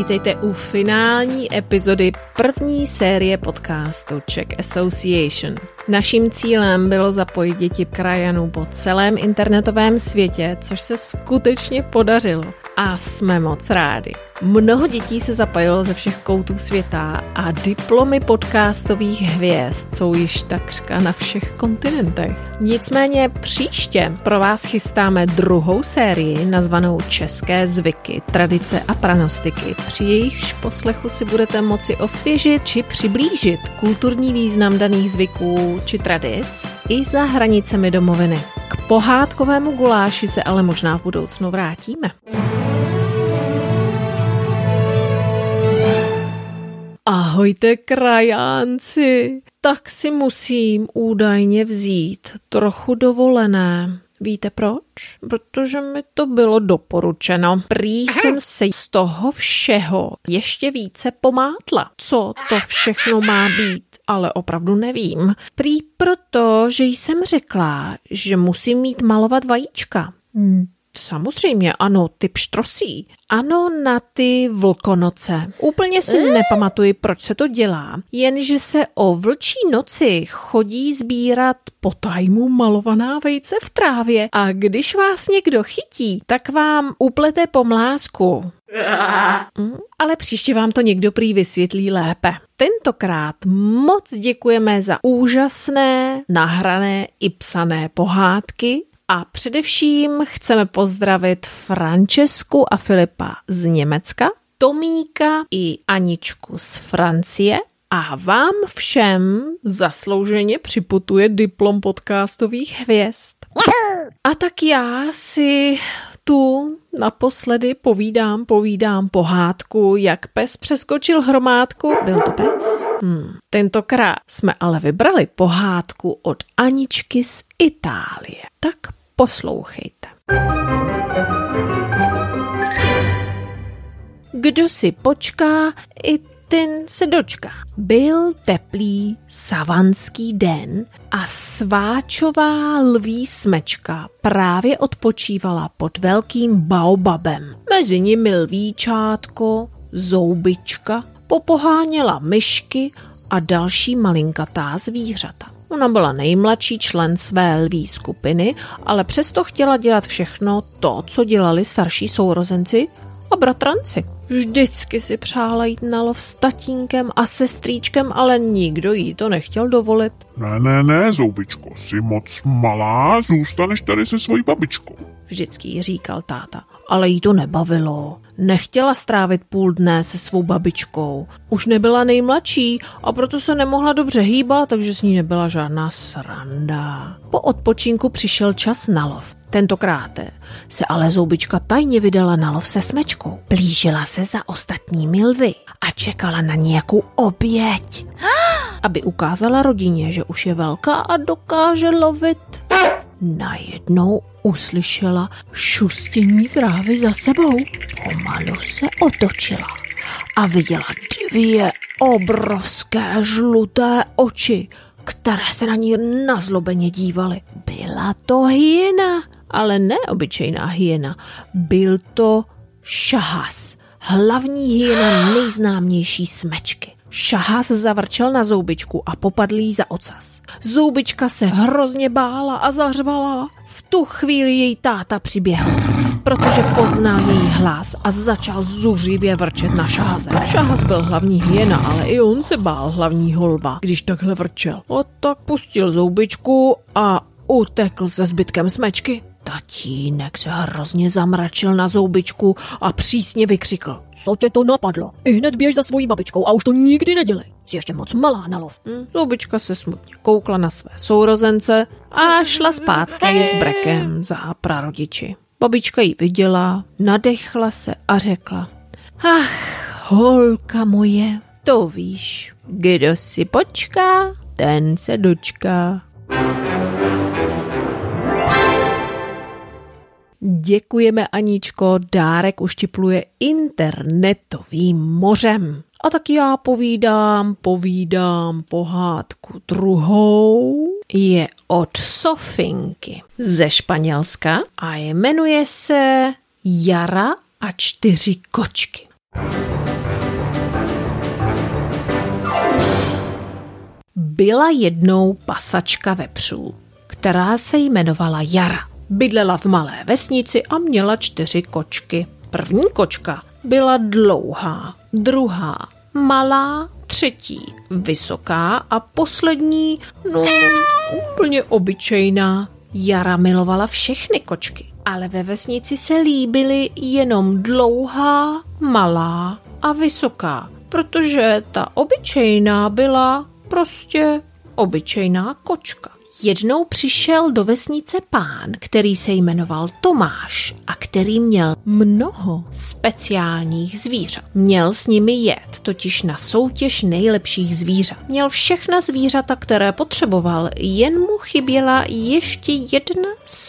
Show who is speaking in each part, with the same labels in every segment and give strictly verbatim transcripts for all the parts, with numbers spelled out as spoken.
Speaker 1: Vítejte u finální epizody první série podcastu Czech Association. Naším cílem bylo zapojit děti krajanů po celém internetovém světě, což se skutečně podařilo. A jsme moc rádi. Mnoho dětí se zapojilo ze všech koutů světa a diplomy podcastových hvězd jsou již takřka na všech kontinentech. Nicméně příště pro vás chystáme druhou sérii nazvanou České zvyky, tradice a pranostiky. Při jejichž poslechu si budete moci osvěžit či přiblížit kulturní význam daných zvyků či tradic i za hranicemi domoviny. K pohádkovému guláši se ale možná v budoucnu vrátíme. Ahojte krajánci, tak si musím údajně vzít trochu dovolené. Víte proč? Protože mi to bylo doporučeno. Prý jsem se z toho všeho ještě více pomátla. Co to všechno má být? Ale opravdu nevím. Prý proto, že jsem řekla, že musím mít malovat vajíčka. Hmm. Samozřejmě, ano, ty pštrosí. Ano, na ty vlkonoce. Úplně si nepamatuji, proč se to dělá, jenže se o vlčí noci chodí sbírat po tajmu malovaná vejce v trávě a když vás někdo chytí, tak vám uplete pomlásku. Mm, ale příště vám to někdo prý vysvětlí lépe. Tentokrát moc děkujeme za úžasné, nahrané i psané pohádky. A především chceme pozdravit Francesku a Filipa z Německa, Tomíka i Aničku z Francie a vám všem zaslouženě připutuje diplom podcastových hvězd. A tak já si tu naposledy povídám, povídám pohádku, jak pes přeskočil hromádku. Byl to pes? Hmm. Tentokrát jsme ale vybrali pohádku od Aničky z Itálie. Tak poslouchejte. Kdo si počká, i ten se dočká. Byl teplý savanský den a sváčová lví smečka právě odpočívala pod velkým baobabem. Mezi nimi lvíčátko, zoubička, popoháněla myšky a další malinkatá zvířata. Ona byla nejmladší člen své lví skupiny, ale přesto chtěla dělat všechno to, co dělali starší sourozenci a bratranci. Vždycky si přála jít na lov s tatínkem a sestříčkem, ale nikdo jí to nechtěl dovolit.
Speaker 2: Ne, ne, ne, zoubičko, jsi moc malá, zůstaneš tady se svojí babičkou.
Speaker 1: Vždycky jí říkal táta, ale jí to nebavilo. Nechtěla strávit půl dne se svou babičkou. Už nebyla nejmladší a proto se nemohla dobře hýbat, takže s ní nebyla žádná sranda. Po odpočinku přišel čas na lov. Tentokrát se ale zoubička tajně vydala na lov se smečkou. Blížila se za ostatními lvy a čekala na nějakou oběť, aby ukázala rodině, že už je velká a dokáže lovit. Najednou uslyšela šustění trávy za sebou. Pomalu se otočila a viděla dvě obrovské žluté oči, které se na ní nazlobeně dívaly. Byla to hyena, ale ne obyčejná hyena. Byl to Šahas, hlavní hyena nejznámější smečky. Šahas zavrčel na zoubičku a popadl jí za ocas. Zoubička se hrozně bála a zařvala. V tu chvíli její táta přiběhl, protože poznal její hlas a začal zuřivě vrčet na Šahase. Šahas byl hlavní hyena, ale i on se bál hlavního lva, když takhle vrčel. A tak pustil zoubičku a utekl se zbytkem smečky. Tatínek se hrozně zamračil na zoubičku a přísně vykřikl. Co tě to napadlo? I hned běž za svojí babičkou a už to nikdy nedělej. Jsi ještě moc malá na lov. Hm, zoubička se smutně koukla na své sourozence a šla zpátky s brekem za prarodiči. Babička ji viděla, nadechla se a řekla. Ach, holka moje, to víš, kdo si počká, ten se dočká. Děkujeme, Aničko, dárek uštipluje internetovým mořem. A tak já povídám, povídám pohádku druhou. Je od Sofinky ze Španělska a jmenuje se Jara a čtyři kočky. Byla jednou pasačka vepřů, která se jmenovala Jara. Bydlela v malé vesnici a měla čtyři kočky. První kočka byla dlouhá, druhá malá, třetí vysoká a poslední, no, úplně obyčejná. Jara milovala všechny kočky, ale ve vesnici se líbily jenom dlouhá, malá a vysoká, protože ta obyčejná byla prostě obyčejná kočka. Jednou přišel do vesnice pán, který se jmenoval Tomáš a který měl mnoho speciálních zvířat. Měl s nimi jet, totiž na soutěž nejlepších zvířat. Měl všechna zvířata, které potřeboval, jen mu chyběla ještě jedna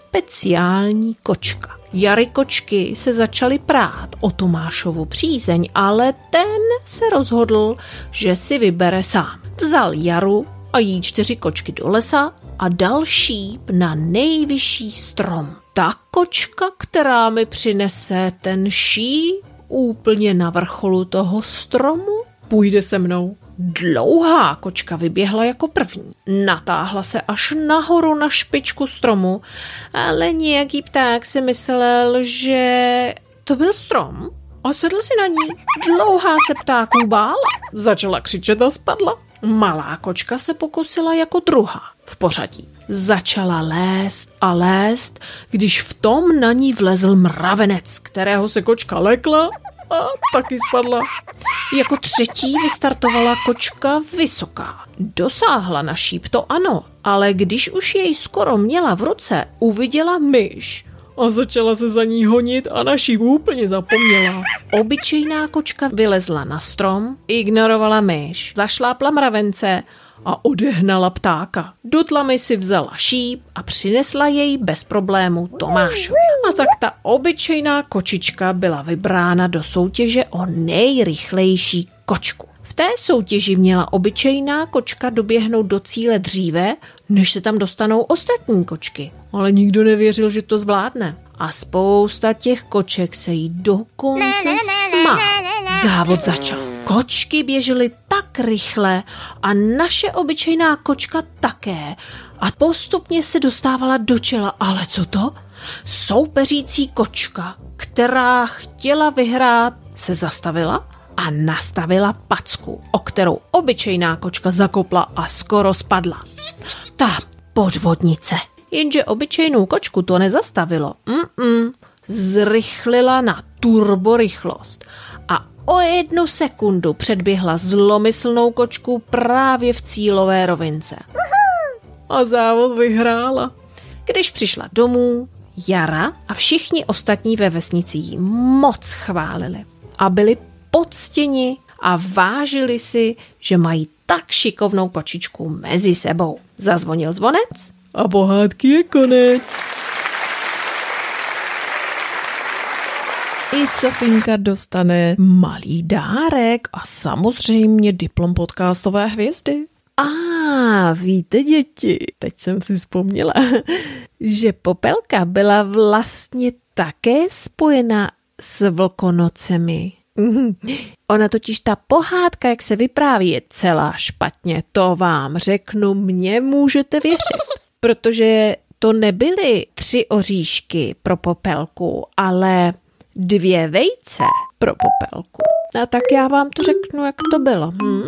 Speaker 1: speciální kočka. Jary kočky se začaly prát o Tomášovu přízeň, ale ten se rozhodl, že si vybere sám. Vzal Jaru a jí čtyři kočky do lesa a dal šíp na nejvyšší strom. Ta kočka, která mi přinese ten šíp úplně na vrcholu toho stromu, půjde se mnou. Dlouhá kočka vyběhla jako první. Natáhla se až nahoru na špičku stromu, ale nějaký pták si myslel, že to byl strom a sedl si na ní. Dlouhá se ptáků bála, začala křičet a spadla. Malá kočka se pokusila jako druhá v pořadí. Začala lézt a lézt, když v tom na ní vlezl mravenec, kterého se kočka lekla a taky spadla. Jako třetí vystartovala kočka vysoká. Dosáhla na šíp, to ano, ale když už jej skoro měla v ruce, uviděla myš a začala se za ní honit a na šíp úplně zapomněla. Obyčejná kočka vylezla na strom, ignorovala myš, zašlápla mravence a odehnala ptáka. Do tlamy si vzala šíp a přinesla jej bez problému Tomášovi. A tak ta obyčejná kočička byla vybrána do soutěže o nejrychlejší kočku. V té soutěži měla obyčejná kočka doběhnout do cíle dříve, než se tam dostanou ostatní kočky. Ale nikdo nevěřil, že to zvládne. A spousta těch koček se jí dokonce smál. Závod začal. Kočky běžely tak rychle a naše obyčejná kočka také. A postupně se dostávala do čela. Ale co to? Soupeřící kočka, která chtěla vyhrát, se zastavila a nastavila packu, o kterou obyčejná kočka zakopla a skoro spadla. Ta podvodnice. Jenže obyčejnou kočku to nezastavilo. Mm-mm. Zrychlila na turborychlost a o jednu sekundu předběhla zlomyslnou kočku právě v cílové rovince. A závod vyhrála. Když přišla domů, Jara a všichni ostatní ve vesnici jí moc chválili a byli poctěni a vážili si, že mají tak šikovnou kočičku mezi sebou. Zazvonil zvonec a pohádky je konec. I Sofinka dostane malý dárek a samozřejmě diplom podcastové hvězdy. A ah, víte, děti, teď jsem si vzpomněla, že Popelka byla vlastně také spojena s Vlkonocemi. Ona totiž ta pohádka, jak se vypráví, je celá špatně, to vám řeknu, mně můžete věřit, protože to nebyly tři oříšky pro Popelku, ale dvě vejce pro Popelku. A tak já vám to řeknu, jak to bylo. Hm?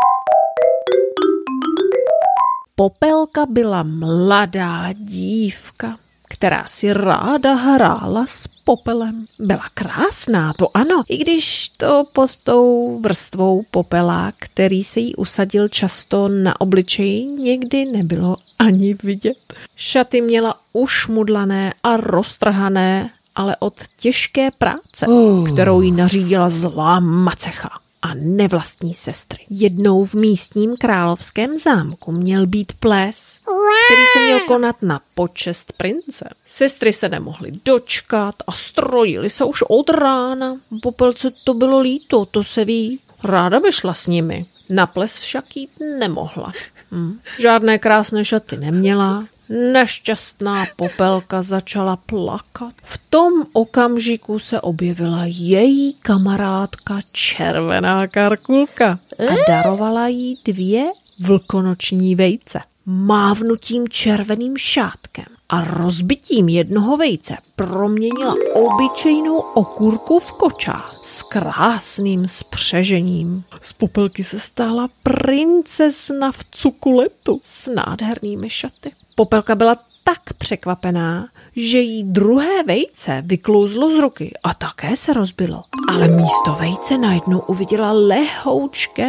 Speaker 1: Popelka byla mladá dívka, která si ráda hrála s popelem. Byla krásná, to ano, i když to pod tou vrstvou popela, který se jí usadil často na obličeji, někdy nebylo ani vidět. Šaty měla ušmudlané a roztrhané, ale od těžké práce, oh. kterou jí nařídila zlá macecha a nevlastní sestry. Jednou v místním královském zámku měl být ples, který se měl konat na počest prince. Sestry se nemohly dočkat a strojily se už od rána. Popelce to bylo líto, to se ví. Ráda by šla s nimi. Na ples však jít nemohla. Hm. Žádné krásné šaty neměla. Nešťastná Popelka začala plakat. V tom okamžiku se objevila její kamarádka Červená Karkulka a darovala jí dvě vlkonoční vejce. Mávnutím červeným šátkem a rozbitím jednoho vejce proměnila obyčejnou okurku v kočár s krásným spřežením. Z Popelky se stala princezna v cukuletu s nádhernými šaty. Popelka byla tak překvapená, že jí druhé vejce vyklouzlo z ruky a také se rozbilo. Ale místo vejce najednou uviděla lehoučké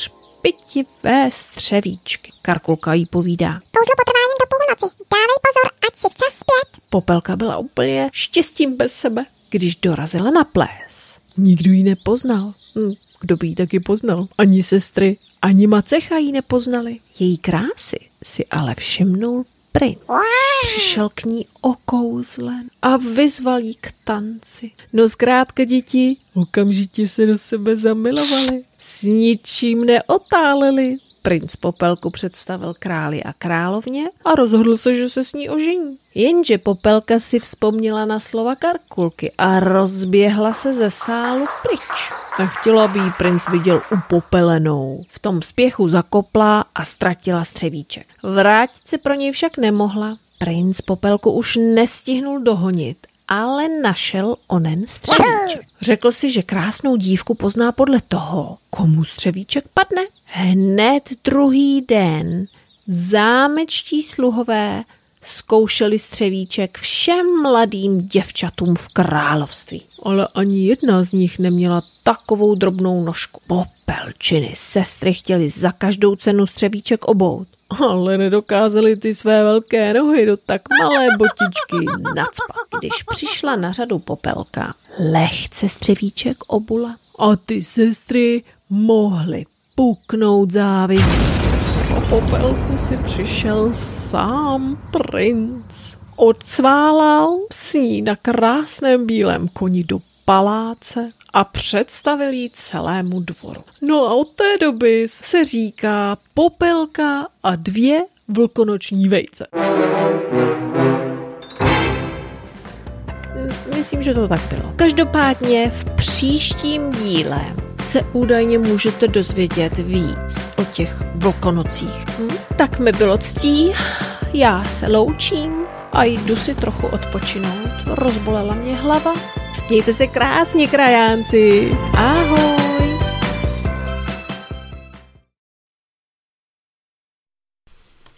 Speaker 1: třpitivé střevíčky. Karkulka jí povídá:
Speaker 3: Kouzlo potrvá jen do půlnoci. Dávej pozor, ať si včas zpět.
Speaker 1: Popelka byla úplně štěstím bez sebe, když dorazila na ples. Nikdo ji nepoznal. Hm, kdo by ji taky poznal? Ani sestry, ani macecha ji nepoznali. Její krásy si ale všimnul princ. Přišel k ní okouzlen a vyzval jí k tanci. No zkrátka děti okamžitě se do sebe zamilovali. S ničím neotáleli. Princ Popelku představil králi a královně a rozhodl se, že se s ní ožení. Jenže Popelka si vzpomněla na slova Karkulky a rozběhla se ze sálu pryč. Nechtěla, aby jí princ viděl upopelenou. V tom spěchu zakopla a ztratila střevíček. Vrátit se pro něj však nemohla. Princ Popelku už nestihnul dohonit, ale našel onen střevíček. Řekl si, že krásnou dívku pozná podle toho, komu střevíček padne. Hned druhý den zámečtí sluhové zkoušeli střevíček všem mladým děvčatům v království. Ale ani jedna z nich neměla takovou drobnou nožku. Popelčiny sestry chtěly za každou cenu střevíček obout, ale nedokázali ty své velké nohy do tak malé botičky nacpat. Když přišla na řadu Popelka, lehce střevíček obula a ty sestry mohly puknout závistí. O Popelku si přišel sám princ. Odcválal s ní na krásném bílém koni do paláce a představil jí celému dvoru. No a od té doby se říká Popelka a dvě vlkonoční vejce. Myslím, že to tak bylo. Každopádně v příštím díle se údajně můžete dozvědět víc o těch vlkonocích. Hm? Tak mi bylo ctí, já se loučím a jdu si trochu odpočinout. Rozbolela mě hlava. Mějte se krásně, krajánci. Ahoj.